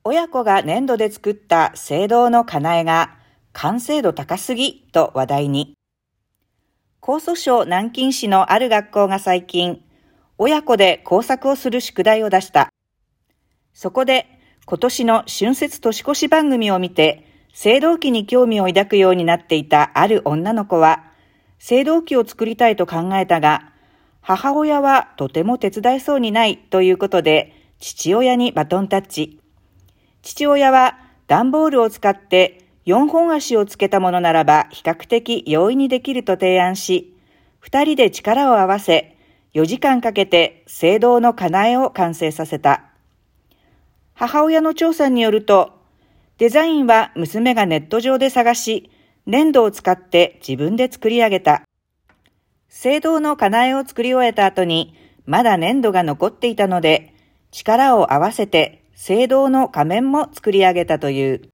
親子が粘土で作った青銅のかなえが完成度高すぎと話題に。江蘇省南京市のある学校が最近、親子で工作をする宿題を出した。そこで今年の春節年越し番組を見て、青銅器に興味を抱くようになっていたある女の子は、青銅器を作りたいと考えたが、母親はとても手伝いそうにないということで、父親にバトンタッチ。父親は段ボールを使って4本足をつけたものならば比較的容易にできると提案し、2人で力を合わせ、4時間かけて青銅のかなえを完成させた。母親の調査によると、デザインは娘がネット上で探し、粘土を使って自分で作り上げた。青銅のかなえを作り終えた後に、まだ粘土が残っていたので、力を合わせて青銅の仮面も作り上げたという。